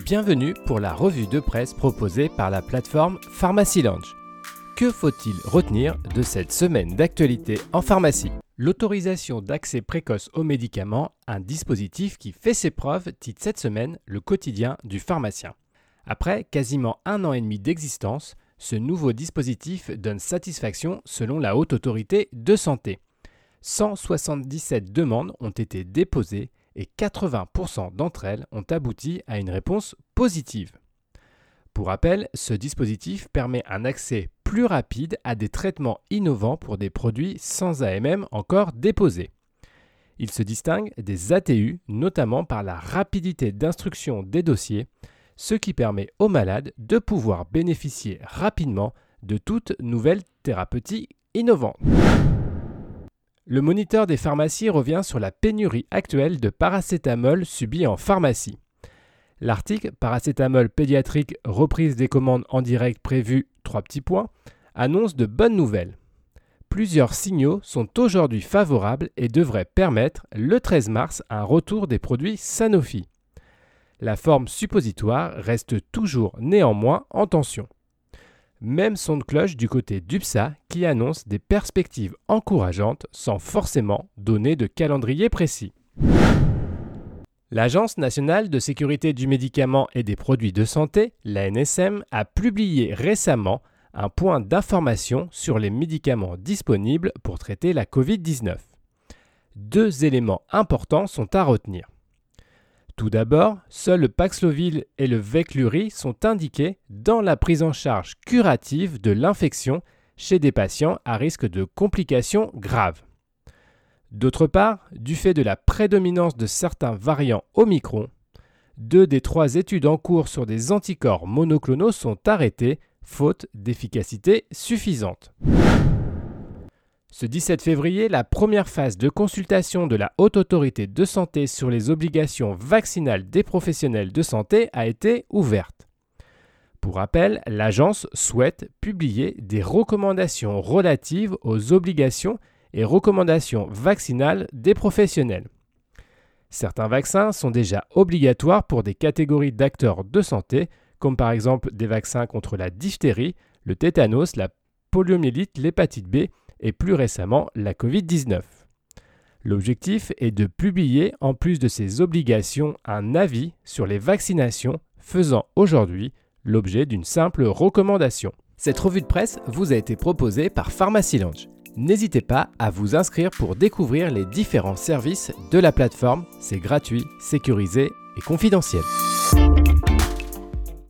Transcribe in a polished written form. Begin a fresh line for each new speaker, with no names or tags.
Bienvenue pour la revue de presse proposée par la plateforme Pharmacy Lounge. Que faut-il retenir de cette semaine d'actualité en pharmacie ? L'autorisation d'accès précoce aux médicaments, un dispositif qui fait ses preuves, titre cette semaine le quotidien du pharmacien. Après quasiment 1 an et demi d'existence, ce nouveau dispositif donne satisfaction selon la Haute Autorité de Santé. 177 demandes ont été déposées et 80% d'entre elles ont abouti à une réponse positive. Pour rappel, ce dispositif permet un accès plus rapide à des traitements innovants pour des produits sans AMM encore déposés. Il se distingue des ATU, notamment par la rapidité d'instruction des dossiers, ce qui permet aux malades de pouvoir bénéficier rapidement de toute nouvelle thérapeutie innovante. Le Moniteur des pharmacies revient sur la pénurie actuelle de paracétamol subie en pharmacie. L'article « Paracétamol pédiatrique, reprise des commandes en direct prévues, 3 petits points » annonce de bonnes nouvelles. Plusieurs signaux sont aujourd'hui favorables et devraient permettre, le 13 mars, un retour des produits Sanofi. La forme suppositoire reste toujours néanmoins en tension. Même son de cloche du côté d'UPSA qui annonce des perspectives encourageantes sans forcément donner de calendrier précis. L'Agence nationale de sécurité du médicament et des produits de santé, l'ANSM, a publié récemment un point d'information sur les médicaments disponibles pour traiter la Covid-19. 2 éléments importants sont à retenir. Tout d'abord, seuls le Paxlovid et le Veklury sont indiqués dans la prise en charge curative de l'infection chez des patients à risque de complications graves. D'autre part, du fait de la prédominance de certains variants Omicron, 2 des 3 études en cours sur des anticorps monoclonaux sont arrêtées, faute d'efficacité suffisante. Ce 17 février, la première phase de consultation de la Haute Autorité de Santé sur les obligations vaccinales des professionnels de santé a été ouverte. Pour rappel, l'agence souhaite publier des recommandations relatives aux obligations et recommandations vaccinales des professionnels. Certains vaccins sont déjà obligatoires pour des catégories d'acteurs de santé, comme par exemple des vaccins contre la diphtérie, le tétanos, la poliomyélite, l'hépatite B et plus récemment la Covid-19. L'objectif est de publier, en plus de ces obligations, un avis sur les vaccinations faisant aujourd'hui l'objet d'une simple recommandation. Cette revue de presse vous a été proposée par Pharmacy Lounge. N'hésitez pas à vous inscrire pour découvrir les différents services de la plateforme. C'est gratuit, sécurisé et confidentiel.